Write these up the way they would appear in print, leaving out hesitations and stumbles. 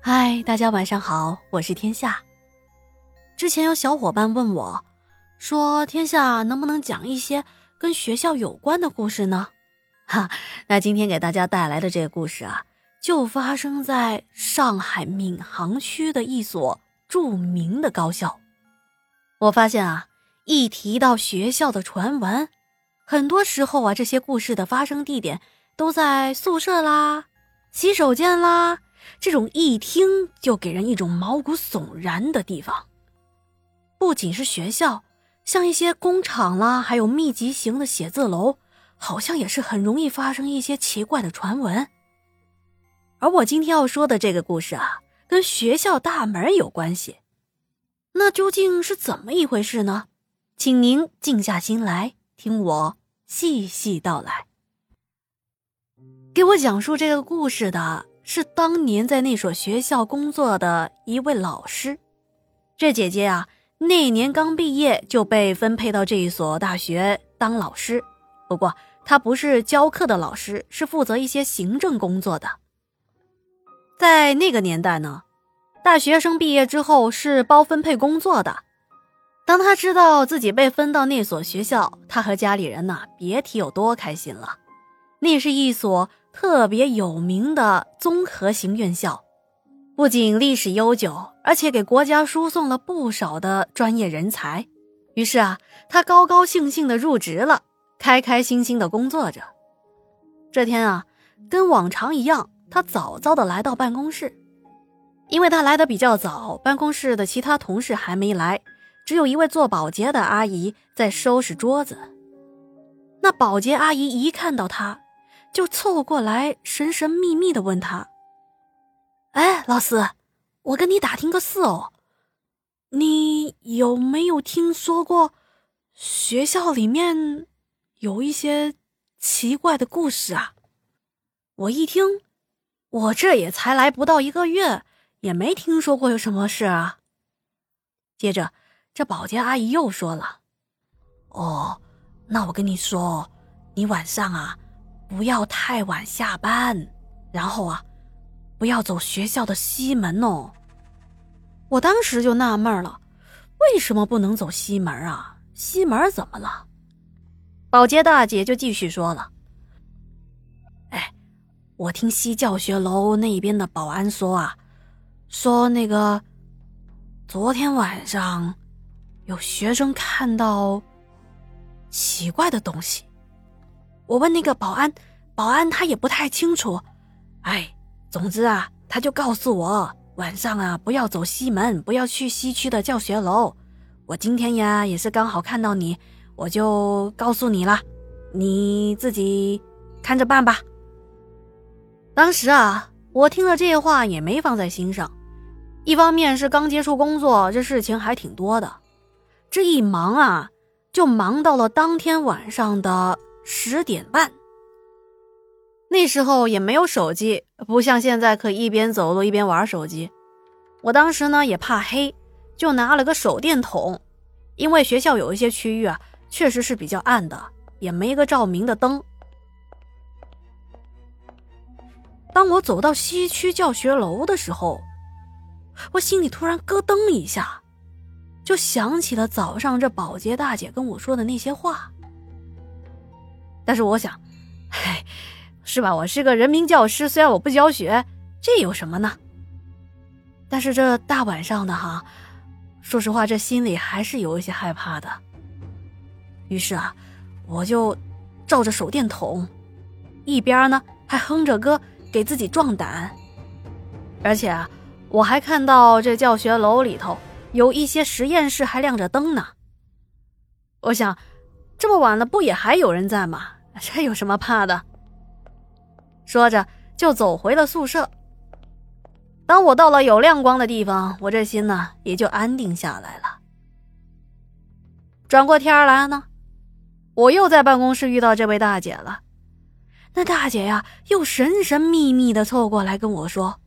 嗨，大家晚上好，我是天下。之前有小伙伴问我，说天下能不能讲一些跟学校有关的故事呢？那今天给大家带来的这个故事啊，就发生在上海闵行区的一所著名的高校。我发现啊，一提到学校的传闻，很多时候啊，这些故事的发生地点都在宿舍啦、洗手间啦，这种一听就给人一种毛骨悚然的地方。不仅是学校，像一些工厂啦，还有密集型的写字楼，好像也是很容易发生一些奇怪的传闻。而我今天要说的这个故事啊，跟学校大门有关系。那究竟是怎么一回事呢？请您静下心来，听我细细道来。给我讲述这个故事的是当年在那所学校工作的一位老师。这姐姐啊，那年刚毕业就被分配到这一所大学当老师，不过她不是教课的老师，是负责一些行政工作的。在那个年代呢，大学生毕业之后是包分配工作的。当她知道自己被分到那所学校，她和家里人呢，别提有多开心了。那是一所特别有名的综合型院校，不仅历史悠久，而且给国家输送了不少的专业人才。于是啊，他高高兴兴地入职了，开开心心地工作着。这天啊，跟往常一样，他早早地来到办公室。因为他来得比较早，办公室的其他同事还没来，只有一位做保洁的阿姨在收拾桌子。那保洁阿姨一看到他，就凑过来神神秘秘地问他，哎，老师，我跟你打听个事哦，你有没有听说过学校里面有一些奇怪的故事啊？我一听，我这也才来不到1个月，也没听说过有什么事啊。接着这保洁阿姨又说了，哦，那我跟你说，你晚上啊不要太晚下班，然后啊不要走学校的西门哦。我当时就纳闷了，为什么不能走西门啊？西门怎么了？保洁大姐就继续说了，哎，我听西教学楼那边的保安说啊，说那个昨天晚上有学生看到奇怪的东西。我问那个保安他也不太清楚。总之啊，他就告诉我晚上啊不要走西门，不要去西区的教学楼。我今天呀也是刚好看到你，我就告诉你了，你自己看着办吧。当时啊，我听了这些话也没放在心上。一方面是刚接触工作，这事情还挺多的。这一忙啊，就忙到了当天晚上的10点半。那时候也没有手机，不像现在可以一边走路一边玩手机。我当时呢也怕黑，就拿了个手电筒，因为学校有一些区域啊确实是比较暗的，也没个照明的灯。当我走到西区教学楼的时候，我心里突然咯噔一下，就想起了早上这保洁大姐跟我说的那些话。但是我想，是吧，我是个人民教师，虽然我不教学，这有什么呢？但是这大晚上的哈，说实话这心里还是有一些害怕的。于是啊，我就照着手电筒，一边呢还哼着歌给自己壮胆。而且啊，我还看到这教学楼里头有一些实验室还亮着灯呢。我想这么晚了不也还有人在吗？这有什么怕的？说着就走回了宿舍。当我到了有亮光的地方，我这心呢也就安定下来了。转过天来呢，我又在办公室遇到这位大姐了。那大姐呀又神神秘秘地凑过来跟我说，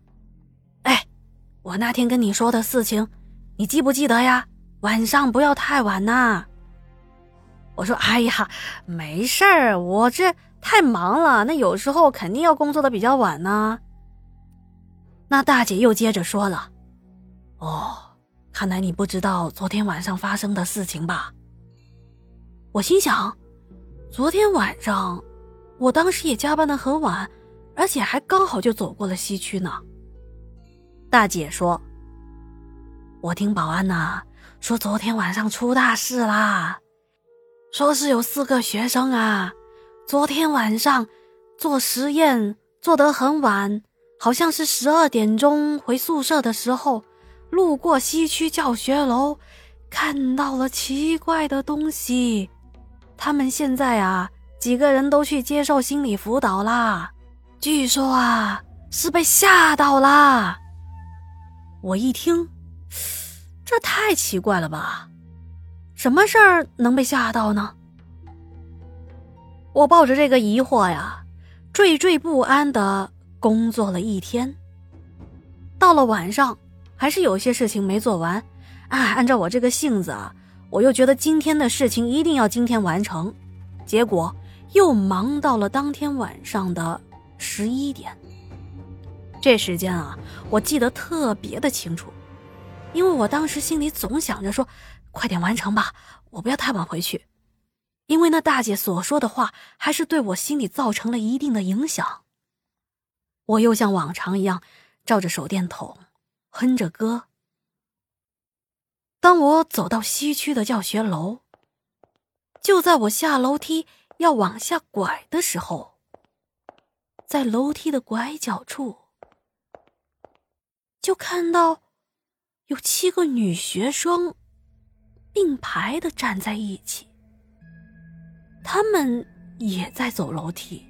我那天跟你说的事情你记不记得呀？晚上不要太晚呐。我说没事儿，我这太忙了，那有时候肯定要工作的比较晚呢。 那大姐又接着说了：哦，看来你不知道昨天晚上发生的事情吧？我心想，昨天晚上我当时也加班得很晚，而且还刚好就走过了西区呢。大姐说：我听保安说昨天晚上出大事啦，说是有4个学生昨天晚上做实验做得很晚，好像是12点钟回宿舍的时候，路过西区教学楼，看到了奇怪的东西。他们现在几个人都去接受心理辅导啦，据说是被吓到啦。我一听，这太奇怪了吧，什么事儿能被吓到呢？我抱着这个疑惑惴惴不安地工作了一天。到了晚上，还是有些事情没做完按照我这个性子我又觉得今天的事情一定要今天完成，结果又忙到了当天晚上的11点。这时间我记得特别的清楚，因为我当时心里总想着说，快点完成吧，我不要太晚回去。因为那大姐所说的话还是对我心里造成了一定的影响。我又像往常一样照着手电筒哼着歌。当我走到西区的教学楼，就在我下楼梯要往下拐的时候，在楼梯的拐角处就看到有7个女学生并排地站在一起，她们也在走楼梯。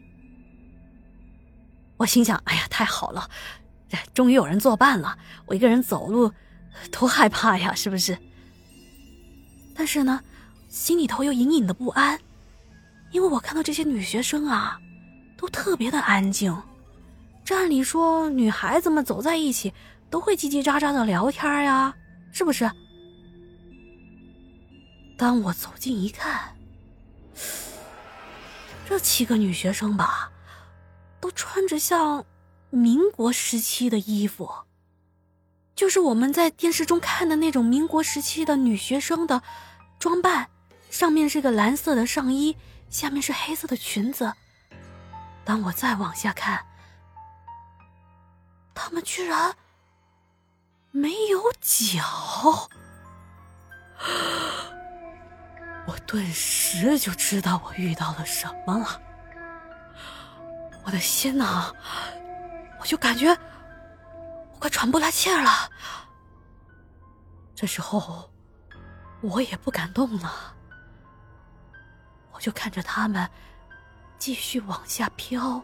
我心想，哎呀，太好了，终于有人作伴了，我一个人走路多害怕呀，是不是？但是呢，心里头又隐隐的不安，因为我看到这些女学生都特别的安静。这按理说女孩子们走在一起都会叽叽喳喳的聊天呀，是不是？当我走近一看，这7个女学生吧，都穿着像民国时期的衣服，就是我们在电视中看的那种民国时期的女学生的装扮，上面是个蓝色的上衣，下面是黑色的裙子。当我再往下看，她们居然没有脚。我顿时就知道我遇到了什么了。我的心我就感觉我快喘不来气儿了。这时候我也不敢动了，我就看着他们继续往下飘。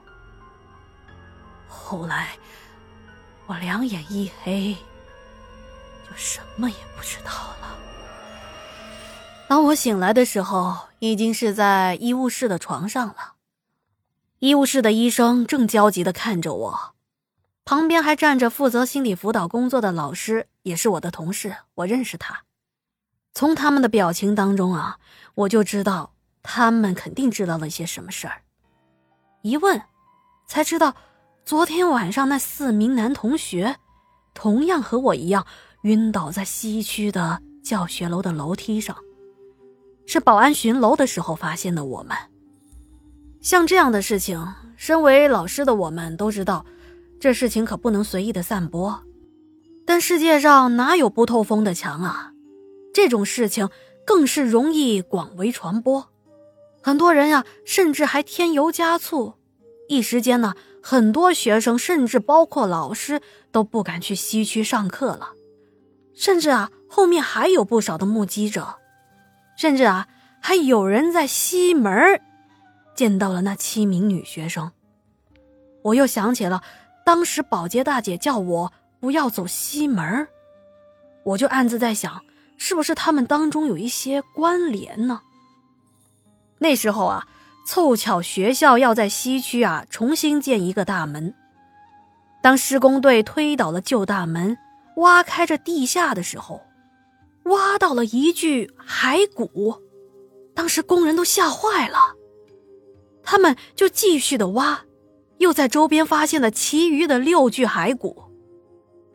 后来我两眼一黑，就什么也不知道了。当我醒来的时候，已经是在医务室的床上了。医务室的医生正焦急地看着我，旁边还站着负责心理辅导工作的老师，也是我的同事，我认识他。从他们的表情当中我就知道他们肯定知道了些什么事儿。一问才知道，昨天晚上那4名男同学同样和我一样晕倒在西区的教学楼的楼梯上，是保安巡楼的时候发现的我们。像这样的事情，身为老师的我们都知道，这事情可不能随意的散播。但世界上哪有不透风的墙这种事情更是容易广为传播。很多人甚至还添油加醋，一时间很多学生甚至包括老师都不敢去西区上课了。甚至后面还有不少的目击者，甚至还有人在西门见到了那7名女学生。我又想起了当时保洁大姐叫我不要走西门，我就暗自在想，是不是他们当中有一些关联呢？那时候凑巧学校要在西区重新建一个大门。当施工队推倒了旧大门，挖开着地下的时候，挖到了一具骸骨。当时工人都吓坏了，他们就继续的挖，又在周边发现了其余的6具骸骨。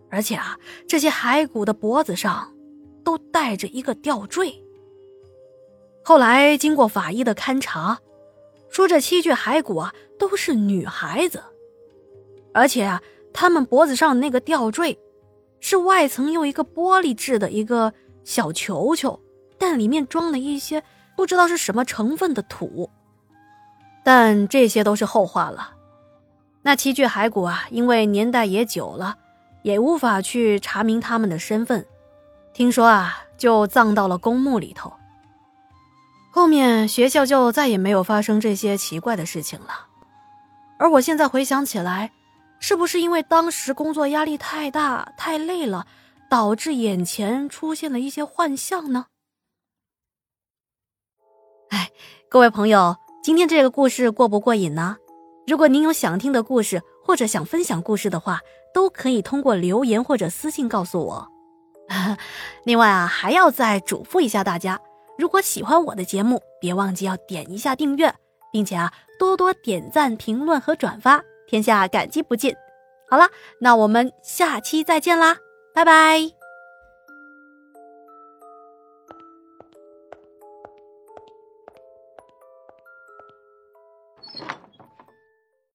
而且这些骸骨的脖子上都带着一个吊坠。后来经过法医的勘查，说这7具骸骨都是女孩子，而且她们脖子上那个吊坠是外层用一个玻璃制的一个小球球，但里面装了一些不知道是什么成分的土。但这些都是后话了。那7具骸骨因为年代也久了，也无法去查明他们的身份，听说就葬到了公墓里头。后面学校就再也没有发生这些奇怪的事情了。而我现在回想起来，是不是因为当时工作压力太大太累了，导致眼前出现了一些幻象呢？各位朋友，今天这个故事过不过瘾呢？如果您有想听的故事或者想分享故事的话，都可以通过留言或者私信告诉我。另外还要再嘱咐一下大家，如果喜欢我的节目，别忘记要点一下订阅，并且多多点赞、评论和转发，天下感激不尽。好了，那我们下期再见啦，拜拜。